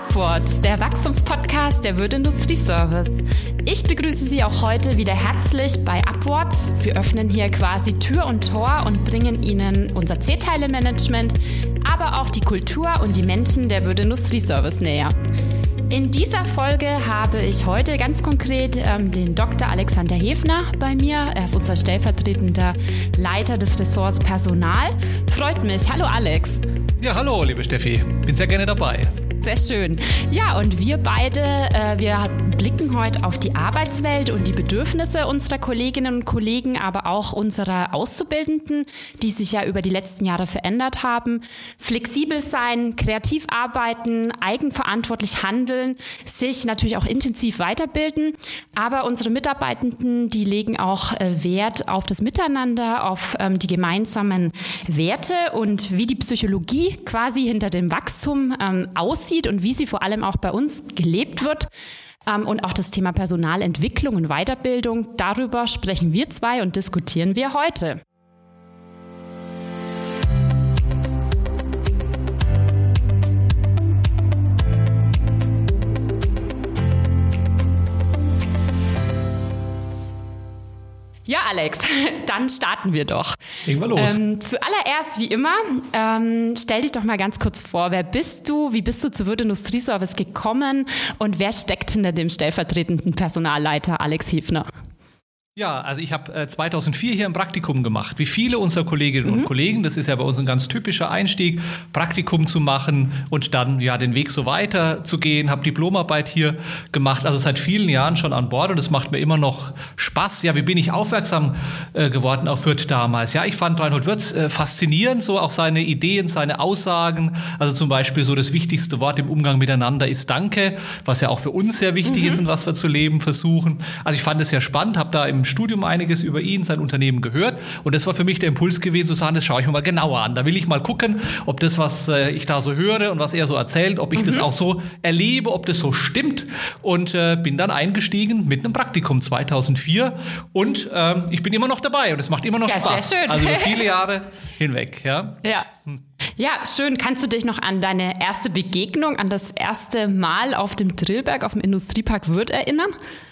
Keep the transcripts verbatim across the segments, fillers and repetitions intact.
Upwards, der Wachstumspodcast der Würth Industrieservice. Ich begrüße Sie auch heute wieder herzlich bei Upwards. Wir öffnen hier quasi Tür und Tor und bringen Ihnen unser C-Teile-Management, aber auch die Kultur und die Menschen der Würth Industrieservice näher. In dieser Folge habe ich heute ganz konkret ähm, den Doktor Alexander Hefner bei mir. Er ist unser stellvertretender Leiter des Ressorts Personal. Freut mich. Hallo Alex. Ja, hallo liebe Steffi. Bin sehr gerne dabei. Sehr schön. Ja, und wir beide, äh, wir blicken heute auf die Arbeitswelt und die Bedürfnisse unserer Kolleginnen und Kollegen, aber auch unserer Auszubildenden, die sich ja über die letzten Jahre verändert haben. Flexibel sein, kreativ arbeiten, eigenverantwortlich handeln, sich natürlich auch intensiv weiterbilden. Aber unsere Mitarbeitenden, die legen auch äh, Wert auf das Miteinander, auf ähm, die gemeinsamen Werte und wie die Psychologie quasi hinter dem Wachstum ähm, aussieht und wie sie vor allem auch bei uns gelebt wird. Und auch das Thema Personalentwicklung und Weiterbildung, darüber sprechen wir zwei und diskutieren wir heute. Ja, Alex, dann starten wir doch. Legen wir los. Ähm, zuallererst, wie immer, ähm, stell dich doch mal ganz kurz vor. Wer bist du? Wie bist du zur Würth Industrieservice gekommen? Und wer steckt hinter dem stellvertretenden Personalleiter Alex Hefner? Ja, also ich habe äh, zweitausendvier hier ein Praktikum gemacht, wie viele unserer Kolleginnen und mhm. Kollegen. Das ist ja bei uns ein ganz typischer Einstieg, Praktikum zu machen und dann ja den Weg so weiter zu gehen. Habe Diplomarbeit hier gemacht, also seit vielen Jahren schon an Bord und es macht mir immer noch Spaß. Ja, wie bin ich aufmerksam äh, geworden auf Würth damals? Ja, ich fand Reinhold Würth äh, faszinierend, so auch seine Ideen, seine Aussagen. Also zum Beispiel so das wichtigste Wort im Umgang miteinander ist Danke, was ja auch für uns sehr wichtig mhm. ist und was wir zu leben versuchen. Also ich fand es sehr spannend, habe da im Studium einiges über ihn, sein Unternehmen gehört und das war für mich der Impuls gewesen, zu sagen, das schaue ich mir mal genauer an. Da will ich mal gucken, ob das, was äh, ich da so höre und was er so erzählt, ob ich mhm. das auch so erlebe, ob das so stimmt und äh, bin dann eingestiegen mit einem Praktikum zweitausendvier und äh, ich bin immer noch dabei und es macht immer noch ja, Spaß. Sehr schön. Also über viele Jahre hinweg. Ja. Ja. Hm. Ja, schön. Kannst du dich noch an deine erste Begegnung, an das erste Mal auf dem Drillberg, auf dem Industriepark Würth erinnern?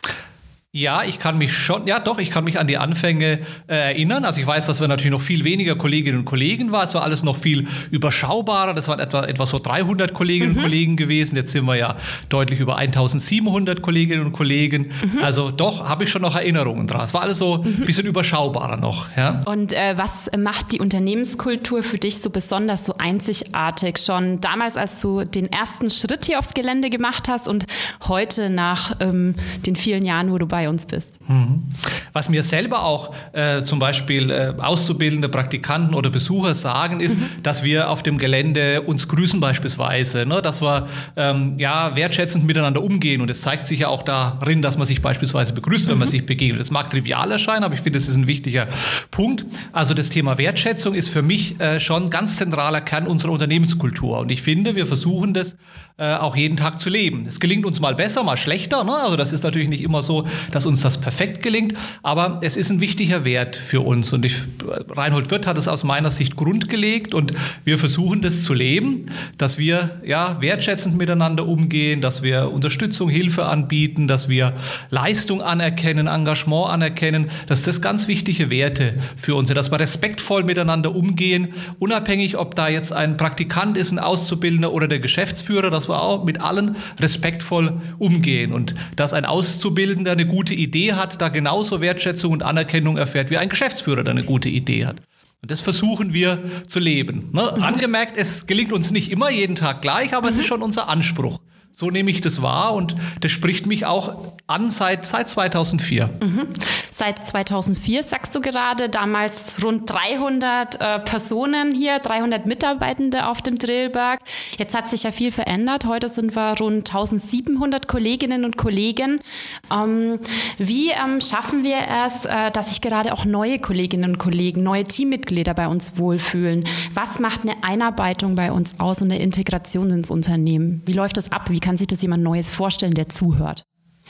Ja, ich kann mich schon, ja doch, ich kann mich an die Anfänge äh, erinnern. Also ich weiß, dass wir natürlich noch viel weniger Kolleginnen und Kollegen waren. Es war alles noch viel überschaubarer. Das waren etwa, etwa so dreihundert Kolleginnen mhm. und Kollegen gewesen. Jetzt sind wir ja deutlich über eintausendsiebenhundert Kolleginnen und Kollegen. Mhm. Also doch, habe ich schon noch Erinnerungen dran. Es war alles so ein mhm. bisschen überschaubarer noch. Ja? Und äh, was macht die Unternehmenskultur für dich so besonders, so einzigartig? Schon damals, als du den ersten Schritt hier aufs Gelände gemacht hast und heute nach ähm, den vielen Jahren, wo du bei uns bist. Mhm. Was mir selber auch äh, zum Beispiel äh, Auszubildende, Praktikanten oder Besucher sagen, ist, mhm. dass wir auf dem Gelände uns grüßen beispielsweise, ne? Dass wir ähm, ja, wertschätzend miteinander umgehen und es zeigt sich ja auch darin, dass man sich beispielsweise begrüßt, wenn mhm. man sich begegnet. Das mag trivial erscheinen, aber ich finde, das ist ein wichtiger Punkt. Also das Thema Wertschätzung ist für mich äh, schon ein ganz zentraler Kern unserer Unternehmenskultur und ich finde, wir versuchen das äh, auch jeden Tag zu leben. Es gelingt uns mal besser, mal schlechter, ne? Also das ist natürlich nicht immer so, dass uns das perfekt gelingt, aber es ist ein wichtiger Wert für uns und ich, Reinhold Würth hat es aus meiner Sicht grundgelegt und wir versuchen das zu leben, dass wir ja, wertschätzend miteinander umgehen, dass wir Unterstützung, Hilfe anbieten, dass wir Leistung anerkennen, Engagement anerkennen, dass das ganz wichtige Werte für uns sind, dass wir respektvoll miteinander umgehen, unabhängig, ob da jetzt ein Praktikant ist, ein Auszubildender oder der Geschäftsführer, dass wir auch mit allen respektvoll umgehen und dass ein Auszubildender eine gute Idee hat, da genauso Wertschätzung und Anerkennung erfährt, wie ein Geschäftsführer, der eine gute Idee hat. Und das versuchen wir zu leben. Ne? Mhm. Angemerkt, es gelingt uns nicht immer jeden Tag gleich, aber mhm. es ist schon unser Anspruch. So nehme ich das wahr und das spricht mich auch an seit, seit zweitausendvier. Mhm. Seit zweitausendvier, sagst du gerade, damals rund dreihundert äh, Personen hier, dreihundert Mitarbeitende auf dem Drillberg. Jetzt hat sich ja viel verändert. Heute sind wir rund eintausendsiebenhundert Kolleginnen und Kollegen. Ähm, wie ähm, schaffen wir es, äh, dass sich gerade auch neue Kolleginnen und Kollegen, neue Teammitglieder bei uns wohlfühlen? Was macht eine Einarbeitung bei uns aus und eine Integration ins Unternehmen? Wie läuft das ab? Wie kann sich das jemand Neues vorstellen, der zuhört?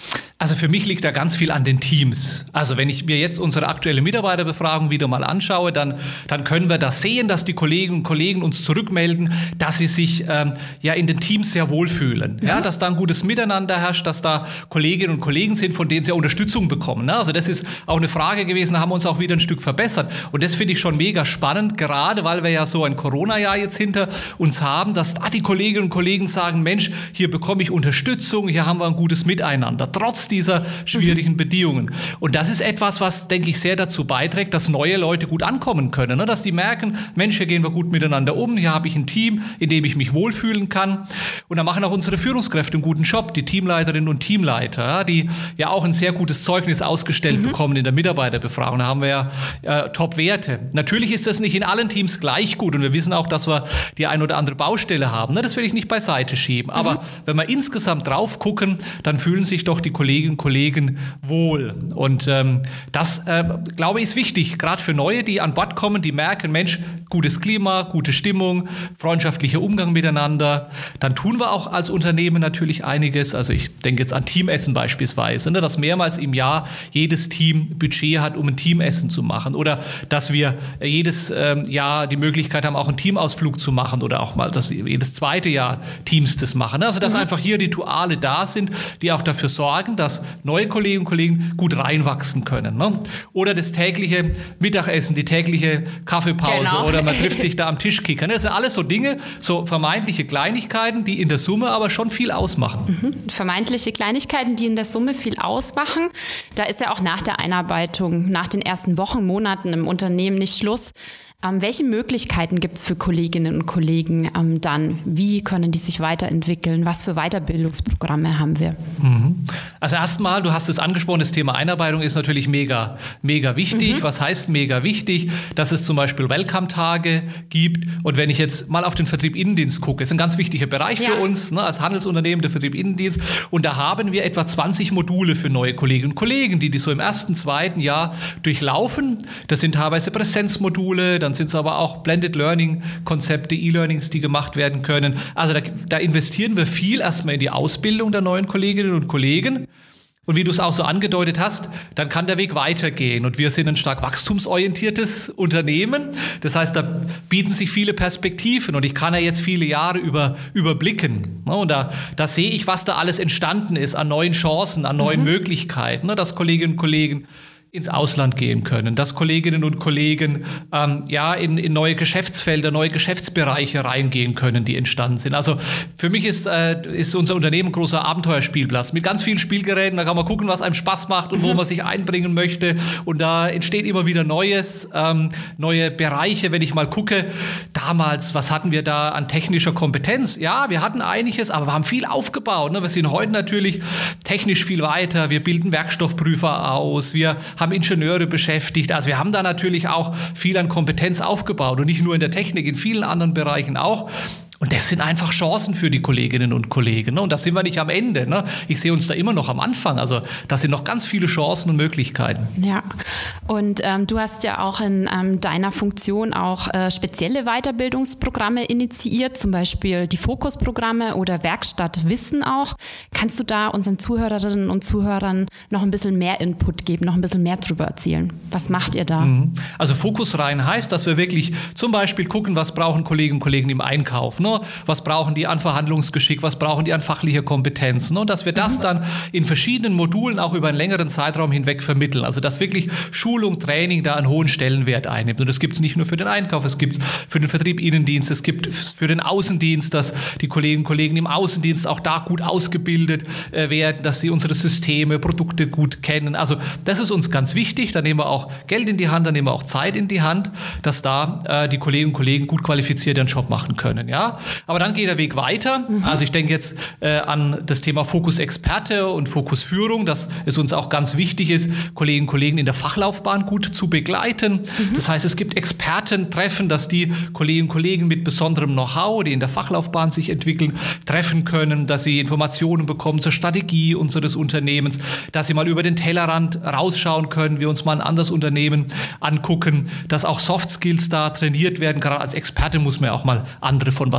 Also für mich liegt da ganz viel an den Teams. Also wenn ich mir jetzt unsere aktuelle Mitarbeiterbefragung wieder mal anschaue, dann, dann können wir das sehen, dass die Kolleginnen und Kollegen uns zurückmelden, dass sie sich ähm, ja in den Teams sehr wohlfühlen. Ja. Ja, dass da ein gutes Miteinander herrscht, dass da Kolleginnen und Kollegen sind, von denen sie Unterstützung bekommen. Ne? Also das ist auch eine Frage gewesen, da haben wir uns auch wieder ein Stück verbessert. Und das finde ich schon mega spannend, gerade weil wir ja so ein Corona-Jahr jetzt hinter uns haben, dass da die Kolleginnen und Kollegen sagen, Mensch, hier bekomme ich Unterstützung, hier haben wir ein gutes Miteinander, trotz dieser schwierigen Bedingungen. Und das ist etwas, was, denke ich, sehr dazu beiträgt, dass neue Leute gut ankommen können. Ne? Dass die merken, Mensch, hier gehen wir gut miteinander um, hier habe ich ein Team, in dem ich mich wohlfühlen kann. Und da machen auch unsere Führungskräfte einen guten Job, die Teamleiterinnen und Teamleiter, die ja auch ein sehr gutes Zeugnis ausgestellt mhm. bekommen in der Mitarbeiterbefragung. Da haben wir ja äh, Top-Werte. Natürlich ist das nicht in allen Teams gleich gut und wir wissen auch, dass wir die ein oder andere Baustelle haben. Ne? Das will ich nicht beiseite schieben. Aber mhm. wenn wir insgesamt drauf gucken, dann fühlen sich doch die Kolleginnen und Kollegen wohl. Und ähm, das, äh, glaube ich, ist wichtig, gerade für Neue, die an Bord kommen, die merken, Mensch, gutes Klima, gute Stimmung, freundschaftlicher Umgang miteinander. Dann tun wir auch als Unternehmen natürlich einiges. Also ich denke jetzt an Teamessen beispielsweise, ne, dass mehrmals im Jahr jedes Team Budget hat, um ein Teamessen zu machen. Oder dass wir jedes ähm, Jahr die Möglichkeit haben, auch einen Teamausflug zu machen oder auch mal, dass jedes zweite Jahr Teams das machen. Also dass mhm. einfach hier Rituale da sind, die auch dafür sorgen, dass neue Kolleginnen und Kollegen gut reinwachsen können. Ne? Oder das tägliche Mittagessen, die tägliche Kaffeepause genau. oder man trifft sich da am Tisch kickern. Das sind alles so Dinge, so vermeintliche Kleinigkeiten, die in der Summe aber schon viel ausmachen. Mhm. Vermeintliche Kleinigkeiten, die in der Summe viel ausmachen. Da ist ja auch nach der Einarbeitung, nach den ersten Wochen, Monaten im Unternehmen nicht Schluss. Ähm, welche Möglichkeiten gibt es für Kolleginnen und Kollegen ähm, dann? Wie können die sich weiterentwickeln? Was für Weiterbildungsprogramme haben wir? Mhm. Also erstmal, du hast es angesprochen, das Thema Einarbeitung ist natürlich mega, mega wichtig. Mhm. Was heißt mega wichtig? Dass es zum Beispiel Welcome-Tage gibt. Und wenn ich jetzt mal auf den Vertrieb Innendienst gucke, ist ein ganz wichtiger Bereich ja. für uns, ne, als Handelsunternehmen, der Vertrieb Innendienst. Und da haben wir etwa zwanzig Module für neue Kolleginnen und Kollegen, die die so im ersten, zweiten Jahr durchlaufen. Das sind teilweise Präsenzmodule, dann sind es aber auch Blended Learning Konzepte, E-Learnings, die gemacht werden können. Also da, da investieren wir viel erstmal in die Ausbildung der neuen Kolleginnen und Kollegen. Und wie du es auch so angedeutet hast, dann kann der Weg weitergehen. Und wir sind ein stark wachstumsorientiertes Unternehmen. Das heißt, da bieten sich viele Perspektiven und ich kann ja jetzt viele Jahre über, überblicken. Und da, da sehe ich, was da alles entstanden ist an neuen Chancen, an neuen mhm. Möglichkeiten, dass Kolleginnen und Kollegen ins Ausland gehen können, dass Kolleginnen und Kollegen ähm, ja in, in neue Geschäftsfelder, neue Geschäftsbereiche reingehen können, die entstanden sind. Also für mich ist, äh, ist unser Unternehmen ein großer Abenteuerspielplatz mit ganz vielen Spielgeräten. Da kann man gucken, was einem Spaß macht und wo man sich einbringen möchte. Und da entsteht immer wieder Neues, ähm, neue Bereiche. Wenn ich mal gucke, damals, was hatten wir da an technischer Kompetenz? Ja, wir hatten einiges, aber wir haben viel aufgebaut. Ne? Wir sind heute natürlich technisch viel weiter. Wir bilden Werkstoffprüfer aus. Wir haben Ingenieure beschäftigt. Also wir haben da natürlich auch viel an Kompetenz aufgebaut und nicht nur in der Technik, in vielen anderen Bereichen auch. Und das sind einfach Chancen für die Kolleginnen und Kollegen. Und da sind wir nicht am Ende. Ich sehe uns da immer noch am Anfang. Also das sind noch ganz viele Chancen und Möglichkeiten. Ja, und ähm, du hast ja auch in ähm, deiner Funktion auch äh, spezielle Weiterbildungsprogramme initiiert, zum Beispiel die Fokusprogramme oder Werkstatt Wissen auch. Kannst du da unseren Zuhörerinnen und Zuhörern noch ein bisschen mehr Input geben, noch ein bisschen mehr drüber erzählen? Was macht ihr da? Also Fokus rein heißt, dass wir wirklich zum Beispiel gucken, was brauchen Kolleginnen und Kollegen im Einkauf, ne? Was brauchen die an Verhandlungsgeschick, was brauchen die an fachlicher Kompetenz, ne? Und dass wir das dann in verschiedenen Modulen auch über einen längeren Zeitraum hinweg vermitteln. Also dass wirklich Schulung, Training da einen hohen Stellenwert einnimmt. Und das gibt es nicht nur für den Einkauf, es gibt es für den Vertrieb Innendienst, es gibt für den Außendienst, dass die Kolleginnen und Kollegen im Außendienst auch da gut ausgebildet äh, werden, dass sie unsere Systeme, Produkte gut kennen. Also das ist uns ganz wichtig. Da nehmen wir auch Geld in die Hand, da nehmen wir auch Zeit in die Hand, dass da äh, die Kolleginnen und Kollegen gut qualifiziert ihren Job machen können. Ja? Aber dann geht der Weg weiter. Mhm. Also ich denke jetzt äh, an das Thema Fokus Experte und Fokus Führung, dass es uns auch ganz wichtig ist, Kolleginnen und Kollegen in der Fachlaufbahn gut zu begleiten. Mhm. Das heißt, es gibt Expertentreffen, dass die Kolleginnen und Kollegen mit besonderem Know-how, die in der Fachlaufbahn sich entwickeln, treffen können, dass sie Informationen bekommen zur Strategie unseres Unternehmens, dass sie mal über den Tellerrand rausschauen können, wir uns mal ein anderes Unternehmen angucken, dass auch Soft Skills da trainiert werden. Gerade als Experte muss man ja auch mal andere von was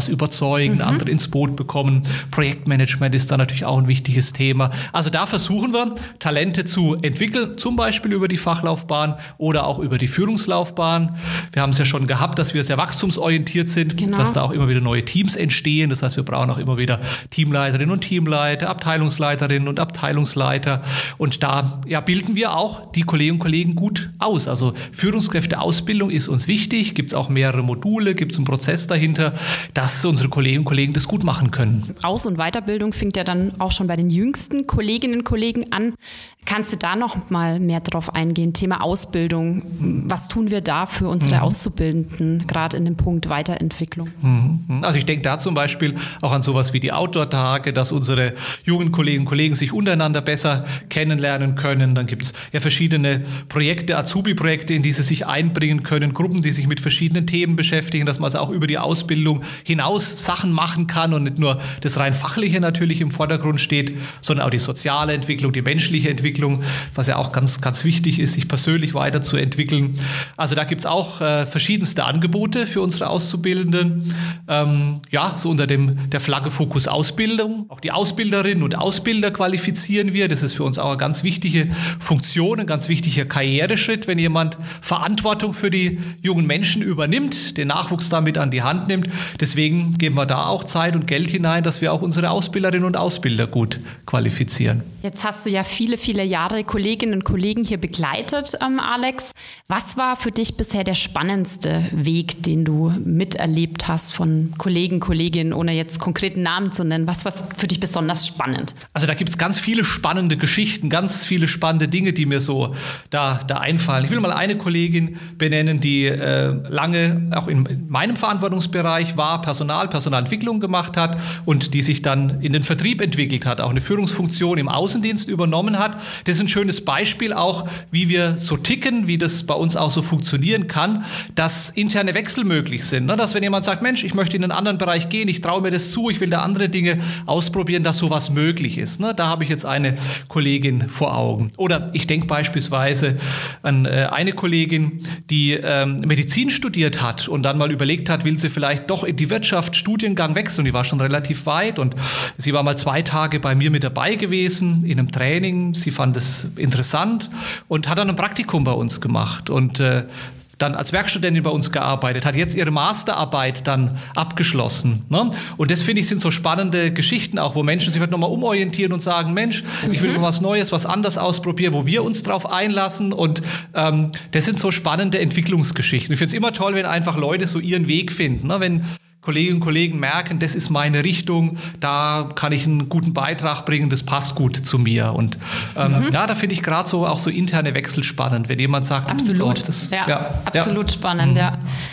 etwas überzeugen, mhm. andere ins Boot bekommen. Projektmanagement ist da natürlich auch ein wichtiges Thema. Also da versuchen wir, Talente zu entwickeln, zum Beispiel über die Fachlaufbahn oder auch über die Führungslaufbahn. Wir haben es ja schon gehabt, dass wir sehr wachstumsorientiert sind, genau. dass da auch immer wieder neue Teams entstehen. Das heißt, wir brauchen auch immer wieder Teamleiterinnen und Teamleiter, Abteilungsleiterinnen und Abteilungsleiter. Und da ja, bilden wir auch die Kolleginnen und Kollegen gut aus. Also Führungskräfteausbildung ist uns wichtig. Gibt es auch mehrere Module, gibt es einen Prozess dahinter, dass unsere Kolleginnen und Kollegen das gut machen können. Aus- und Weiterbildung fängt ja dann auch schon bei den jüngsten Kolleginnen und Kollegen an. Kannst du da noch mal mehr drauf eingehen? Thema Ausbildung. Was tun wir da für unsere mhm. Auszubildenden, gerade in dem Punkt Weiterentwicklung? Also ich denke da zum Beispiel auch an sowas wie die Outdoor-Tage, dass unsere jungen Kolleginnen und Kollegen sich untereinander besser kennenlernen können. Dann gibt es ja verschiedene Projekte, Azubi-Projekte, in die sie sich einbringen können, Gruppen, die sich mit verschiedenen Themen beschäftigen, dass man also auch über die Ausbildung hinaus Sachen machen kann und nicht nur das rein Fachliche natürlich im Vordergrund steht, sondern auch die soziale Entwicklung, die menschliche Entwicklung, was ja auch ganz, ganz wichtig ist, sich persönlich weiterzuentwickeln. Also da gibt es auch äh, verschiedenste Angebote für unsere Auszubildenden. Ähm, ja, so unter dem, der Flagge Fokus Ausbildung. Auch die Ausbilderinnen und Ausbilder qualifizieren wir. Das ist für uns auch eine ganz wichtige Funktion, ein ganz wichtiger Karriereschritt, wenn jemand Verantwortung für die jungen Menschen übernimmt, den Nachwuchs damit an die Hand nimmt. Deswegen geben wir da auch Zeit und Geld hinein, dass wir auch unsere Ausbilderinnen und Ausbilder gut qualifizieren. Jetzt hast du ja viele, viele Jahre Kolleginnen und Kollegen hier begleitet, ähm, Alex. Was war für dich bisher der spannendste Weg, den du miterlebt hast von Kollegen, Kolleginnen, ohne jetzt konkreten Namen zu nennen? Was war für dich besonders spannend? Also da gibt es ganz viele spannende Geschichten, ganz viele spannende Dinge, die mir so da, da einfallen. Ich will mal eine Kollegin benennen, die äh, lange auch in, in meinem Verantwortungsbereich war, Personal, Personalentwicklung gemacht hat und die sich dann in den Vertrieb entwickelt hat, auch eine Führungsfunktion im Außendienst übernommen hat. Das ist ein schönes Beispiel auch, wie wir so ticken, wie das bei uns auch so funktionieren kann, dass interne Wechsel möglich sind. Ne? Dass wenn jemand sagt, Mensch, ich möchte in einen anderen Bereich gehen, ich traue mir das zu, ich will da andere Dinge ausprobieren, dass sowas möglich ist. Ne? Da habe ich jetzt eine Kollegin vor Augen. Oder ich denke beispielsweise an äh, eine Kollegin, die ähm, Medizin studiert hat und dann mal überlegt hat, will sie vielleicht doch in die Wirtschaft Studiengang wechseln. Die war schon relativ weit und sie war mal zwei Tage bei mir mit dabei gewesen in einem Training. Sie fand es interessant und hat dann ein Praktikum bei uns gemacht und äh, dann als Werkstudentin bei uns gearbeitet, hat jetzt ihre Masterarbeit dann abgeschlossen. Ne? Und das, finde ich, sind so spannende Geschichten auch, wo Menschen sich vielleicht nochmal umorientieren und sagen, Mensch, ich will mhm. mal was Neues, was anderes ausprobieren, wo wir uns drauf einlassen. Und ähm, das sind so spannende Entwicklungsgeschichten. Ich finde es immer toll, wenn einfach Leute so ihren Weg finden. Ne? Wenn Kolleginnen und Kollegen merken, das ist meine Richtung, da kann ich einen guten Beitrag bringen, das passt gut zu mir. Und ähm, mhm. ja, da finde ich gerade so auch so interne Wechsel spannend, wenn jemand sagt, absolut, oh, das, ja, ja, absolut ja. spannend, mhm. ja.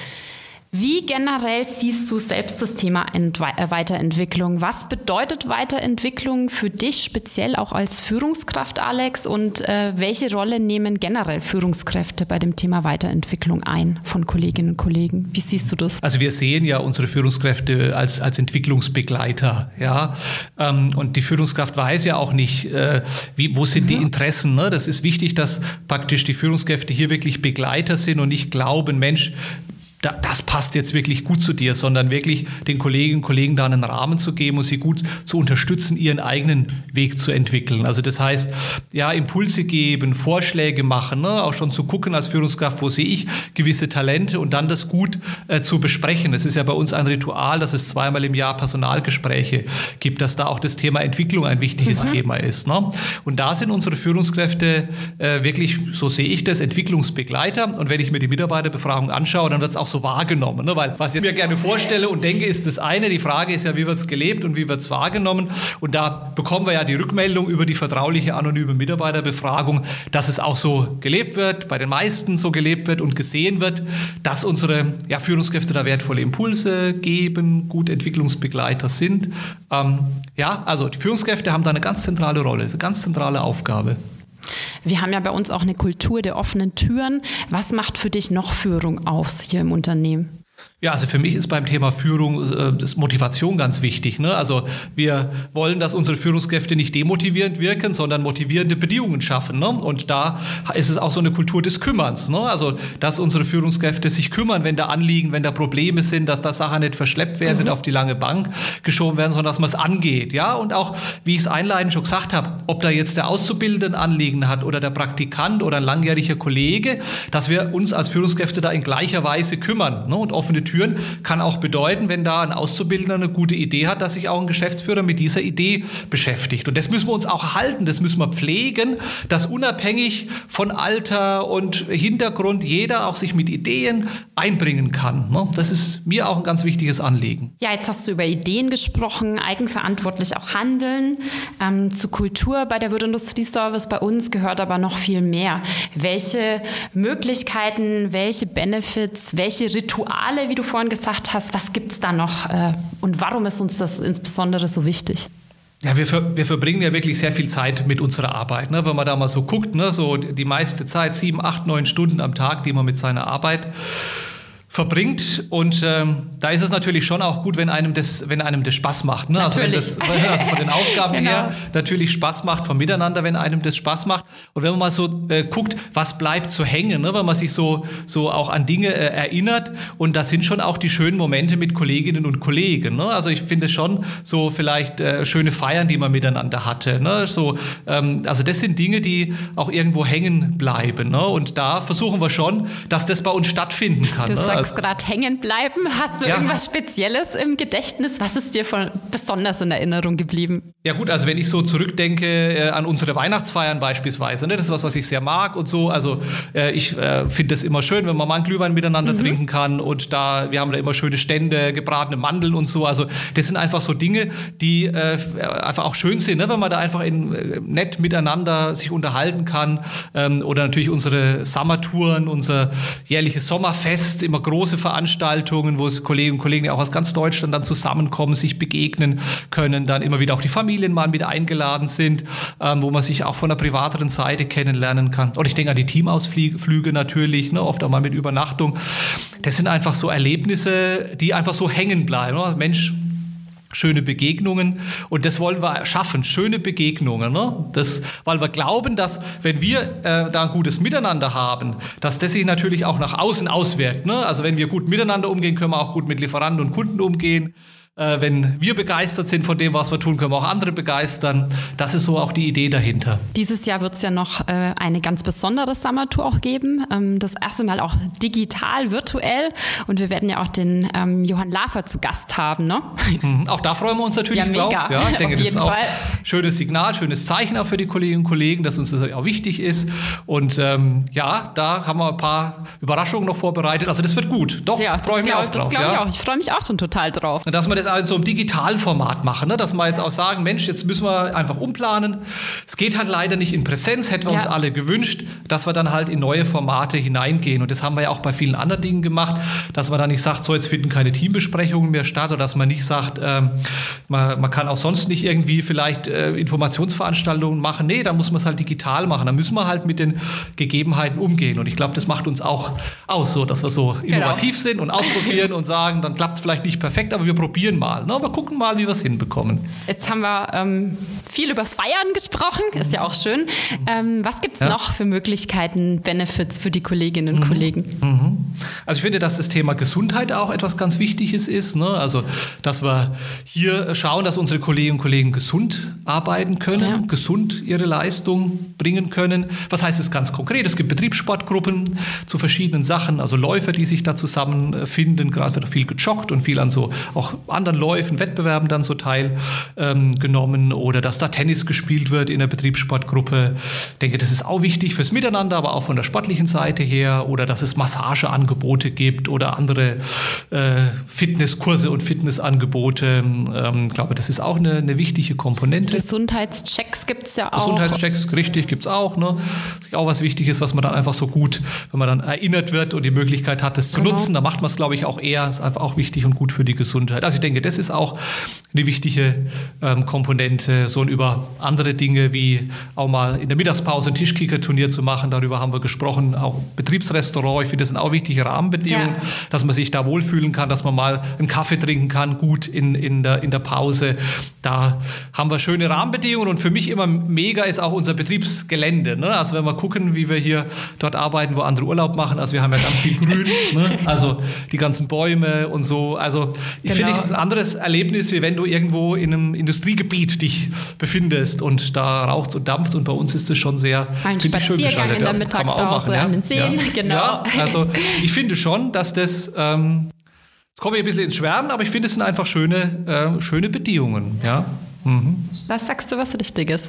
Wie generell siehst du selbst das Thema Entwe- äh, Weiterentwicklung? Was bedeutet Weiterentwicklung für dich speziell auch als Führungskraft, Alex? Und äh, welche Rolle nehmen generell Führungskräfte bei dem Thema Weiterentwicklung ein von Kolleginnen und Kollegen? Wie siehst du das? Also wir sehen ja unsere Führungskräfte als, als Entwicklungsbegleiter. Ja? Ähm, und die Führungskraft weiß ja auch nicht, äh, wie, wo sind mhm. die Interessen. Ne? Das ist wichtig, dass praktisch die Führungskräfte hier wirklich Begleiter sind und nicht glauben, Mensch, das passt jetzt wirklich gut zu dir, sondern wirklich den Kolleginnen und Kollegen da einen Rahmen zu geben und sie gut zu unterstützen, ihren eigenen Weg zu entwickeln. Also das heißt, ja, Impulse geben, Vorschläge machen, ne? Auch schon zu gucken als Führungskraft, wo sehe ich gewisse Talente und dann das gut äh, zu besprechen. Es ist ja bei uns ein Ritual, dass es zweimal im Jahr Personalgespräche gibt, dass da auch das Thema Entwicklung ein wichtiges mhm. Thema ist. Ne? Und da sind unsere Führungskräfte äh, wirklich, so sehe ich das, Entwicklungsbegleiter. Und wenn ich mir die Mitarbeiterbefragung anschaue, dann wird es auch so wahrgenommen. Ne? Weil was ich mir gerne vorstelle und denke, ist das eine. Die Frage ist ja, wie wird es gelebt und wie wird es wahrgenommen? Und da bekommen wir ja die Rückmeldung über die vertrauliche anonyme Mitarbeiterbefragung, dass es auch so gelebt wird, bei den meisten so gelebt wird und gesehen wird, dass unsere ja, Führungskräfte da wertvolle Impulse geben, gut Entwicklungsbegleiter sind. Ähm, ja, also die Führungskräfte haben da eine ganz zentrale Rolle, eine ganz zentrale Aufgabe. Wir haben ja bei uns auch eine Kultur der offenen Türen. Was macht für dich noch Führung aus hier im Unternehmen? Ja, also für mich ist beim Thema Führung äh, das Motivation ganz wichtig. Ne? Also wir wollen, dass unsere Führungskräfte nicht demotivierend wirken, sondern motivierende Bedingungen schaffen. Ne? Und da ist es auch so eine Kultur des Kümmerns. Ne? Also dass unsere Führungskräfte sich kümmern, wenn da Anliegen, wenn da Probleme sind, dass da Sachen nicht verschleppt werden, mhm. nicht auf die lange Bank geschoben werden, sondern dass man es angeht. Ja? Und auch, wie ich es einleitend schon gesagt habe, ob da jetzt der Auszubildende ein Anliegen hat oder der Praktikant oder ein langjähriger Kollege, dass wir uns als Führungskräfte da in gleicher Weise kümmern. Ne? Und offene Türen kann auch bedeuten, wenn da ein Auszubildender eine gute Idee hat, dass sich auch ein Geschäftsführer mit dieser Idee beschäftigt. Und das müssen wir uns auch halten, das müssen wir pflegen, dass unabhängig von Alter und Hintergrund jeder auch sich mit Ideen einbringen kann. Das ist mir auch ein ganz wichtiges Anliegen. Ja, jetzt hast du über Ideen gesprochen, eigenverantwortlich auch handeln. Ähm, zur Kultur bei der Wirt Industrieservice bei uns gehört aber noch viel mehr. Welche Möglichkeiten, welche Benefits, welche Rituale, wie du vorhin gesagt hast, was gibt es da noch äh, und warum ist uns das insbesondere so wichtig? Ja, wir, ver, wir verbringen ja wirklich sehr viel Zeit mit unserer Arbeit. Ne? Wenn man da mal so guckt, ne? So die meiste Zeit, sieben, acht, neun Stunden am Tag, die man mit seiner Arbeit verbringt. Und ähm, da ist es natürlich schon auch gut, wenn einem das, wenn einem das Spaß macht. Ne? Also, wenn das, also von den Aufgaben genau. her natürlich Spaß macht, vom Miteinander, wenn einem das Spaß macht. Und wenn man mal so äh, guckt, was bleibt so hängen, ne? Wenn man sich so, so auch an Dinge äh, erinnert. Und das sind schon auch die schönen Momente mit Kolleginnen und Kollegen. Ne? Also ich finde schon so vielleicht äh, schöne Feiern, die man miteinander hatte. Ne? So, ähm, also das sind Dinge, die auch irgendwo hängen bleiben. Ne? Und da versuchen wir schon, dass das bei uns stattfinden kann. Du ne? sagst gerade hängen bleiben. Hast du ja. irgendwas Spezielles im Gedächtnis? Was ist dir von besonders in Erinnerung geblieben? Ja gut, also wenn ich so zurückdenke äh, an unsere Weihnachtsfeiern beispielsweise, ne, das ist was, was ich sehr mag und so. Also äh, ich äh, finde es immer schön, wenn man mal einen Glühwein miteinander mhm. trinken kann und da, wir haben da immer schöne Stände, gebratene Mandeln und so. Also das sind einfach so Dinge, die äh, einfach auch schön sind, ne, wenn man da einfach in, äh, nett miteinander sich unterhalten kann. Ähm, oder natürlich unsere Summertouren, unser jährliches Sommerfest, immer große Veranstaltungen, wo es Kolleginnen und Kollegen auch aus ganz Deutschland dann zusammenkommen, sich begegnen können, dann immer wieder auch die Familien mal mit eingeladen sind, ähm, wo man sich auch von der privateren Seite kennenlernen kann. Und ich denke an die Teamausflüge natürlich, ne, oft auch mal mit Übernachtung. Das sind einfach so Erlebnisse, die einfach so hängen bleiben. Ne? Mensch, schöne Begegnungen und das wollen wir schaffen, schöne Begegnungen. Ne? Das, weil wir glauben, dass wenn wir äh, da ein gutes Miteinander haben, dass das sich natürlich auch nach außen auswirkt. Ne? Also wenn wir gut miteinander umgehen, können wir auch gut mit Lieferanten und Kunden umgehen. Äh, wenn wir begeistert sind von dem, was wir tun, können wir auch andere begeistern. Das ist so auch die Idee dahinter. Dieses Jahr wird es ja noch äh, eine ganz besondere Summertour auch geben. Ähm, das erste Mal auch digital, virtuell. Und wir werden ja auch den ähm, Johann Lafer zu Gast haben. Ne? Mhm. Auch da freuen wir uns natürlich ja, drauf. Mega. Ja, ich denke, Auf das jeden ist auch Fall. ein schönes Signal, schönes Zeichen auch für die Kolleginnen und Kollegen, dass uns das auch wichtig ist. Und ähm, ja, da haben wir ein paar Überraschungen noch vorbereitet. Also das wird gut. Doch, ja, freue ich mich auch drauf. Das glaube ich ja. auch. Ich freue mich auch schon total drauf. Dass wir das also so im Digitalformat machen, ne? Dass wir jetzt auch sagen, Mensch, jetzt müssen wir einfach umplanen. Es geht halt leider nicht in Präsenz, hätten wir ja. uns alle gewünscht, dass wir dann halt in neue Formate hineingehen. Und das haben wir ja auch bei vielen anderen Dingen gemacht, dass man dann nicht sagt, so jetzt finden keine Teambesprechungen mehr statt oder dass man nicht sagt, ähm, man, man kann auch sonst nicht irgendwie vielleicht äh, Informationsveranstaltungen machen. Nee, da muss man es halt digital machen. Da müssen wir halt mit den Gegebenheiten umgehen. Und ich glaube, das macht uns auch aus, so, dass wir so innovativ genau. sind und ausprobieren und sagen, dann klappt es vielleicht nicht perfekt, aber wir probieren mal. Ne? Wir gucken mal, wie wir es hinbekommen. Jetzt haben wir ähm, viel über Feiern gesprochen, ist ja auch schön. Ähm, was gibt es ja. noch für Möglichkeiten, Benefits für die Kolleginnen und mhm. Kollegen? Mhm. Also ich finde, dass das Thema Gesundheit auch etwas ganz Wichtiges ist. Ne? Also, dass wir hier schauen, dass unsere Kolleginnen und Kollegen gesund arbeiten können, ja. gesund ihre Leistung bringen können. Was heißt es ganz konkret? Es gibt Betriebssportgruppen zu verschiedenen Sachen, also Läufer, die sich da zusammenfinden. Gerade wird viel gejoggt und viel an so auch anderen Läufen, Wettbewerben dann so teilgenommen ähm, oder dass da Tennis gespielt wird in der Betriebssportgruppe. Ich denke, das ist auch wichtig fürs Miteinander, aber auch von der sportlichen Seite her oder dass es Massageangebote gibt oder andere äh, Fitnesskurse und Fitnessangebote. Ähm, ich glaube, das ist auch eine, eine wichtige Komponente. Gesundheitschecks gibt es ja auch. Gesundheitschecks, richtig, gibt es auch. Ne? Das ist auch was Wichtiges, was man dann einfach so gut, wenn man dann erinnert wird und die Möglichkeit hat, das zu genau. nutzen, dann macht man es, glaube ich, auch eher. Das ist einfach auch wichtig und gut für die Gesundheit. Also ich denke, das ist auch eine wichtige ähm, Komponente, so und über andere Dinge wie auch mal in der Mittagspause ein Tischkicker-Turnier zu machen. Darüber haben wir gesprochen. Auch Betriebsrestaurant, ich finde, das sind auch wichtige wichtige Rahmenbedingungen, ja. dass man sich da wohlfühlen kann, dass man mal einen Kaffee trinken kann, gut in, in, der, in der Pause. Da haben wir schöne Rahmenbedingungen und für mich immer mega ist auch unser Betriebsgelände. Ne? Also wenn wir gucken, wie wir hier dort arbeiten, wo andere Urlaub machen, also wir haben ja ganz viel Grün, ne? Also die ganzen Bäume und so. Also ich genau. finde, es ist ein anderes Erlebnis, wie wenn du irgendwo in einem Industriegebiet dich befindest und da raucht und dampft und bei uns ist es schon sehr ein Spaziergang in der Mittagspause an den Seen, ja. genau. Ja, also ich finde schon, dass das, ähm, jetzt komme ich ein bisschen ins Schwärmen, aber ich finde, es sind einfach schöne, äh, schöne Bedingungen. Ja. Mhm. Was sagst du, was Richtiges?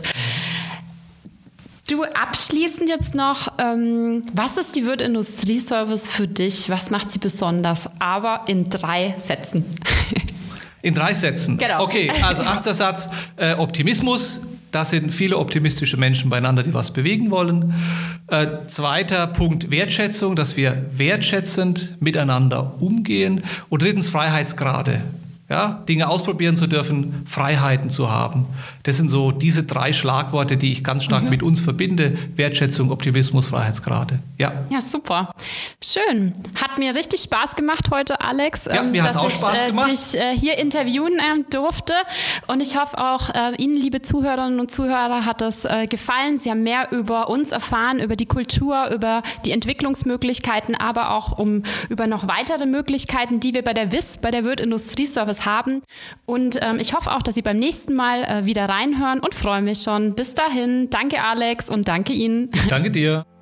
Du, abschließend jetzt noch, ähm, was ist die Wirt Industrieservice für dich? Was macht sie besonders? Aber in drei Sätzen. In drei Sätzen? Genau. Okay, also erster Satz, äh, Optimismus. Da sind viele optimistische Menschen beieinander, die was bewegen wollen. Äh, zweiter Punkt, Wertschätzung, dass wir wertschätzend miteinander umgehen. Und drittens, Freiheitsgrade. Ja, Dinge ausprobieren zu dürfen, Freiheiten zu haben. Das sind so diese drei Schlagworte, die ich ganz stark mhm. mit uns verbinde. Wertschätzung, Optimismus, Freiheitsgrade. Ja. Ja, super. Schön. Hat mir richtig Spaß gemacht heute, Alex, ja, mir dass hat's auch ich Spaß äh, gemacht. dich äh, hier interviewen äh, durfte. Und ich hoffe auch, äh, Ihnen, liebe Zuhörerinnen und Zuhörer, hat das äh, gefallen. Sie haben mehr über uns erfahren, über die Kultur, über die Entwicklungsmöglichkeiten, aber auch um über noch weitere Möglichkeiten, die wir bei der W I S, bei der Wirt Industrieservice haben. Und ähm, ich hoffe auch, dass Sie beim nächsten Mal äh, wieder reinhören und freue mich schon. Bis dahin, danke Alex und danke Ihnen. Danke dir.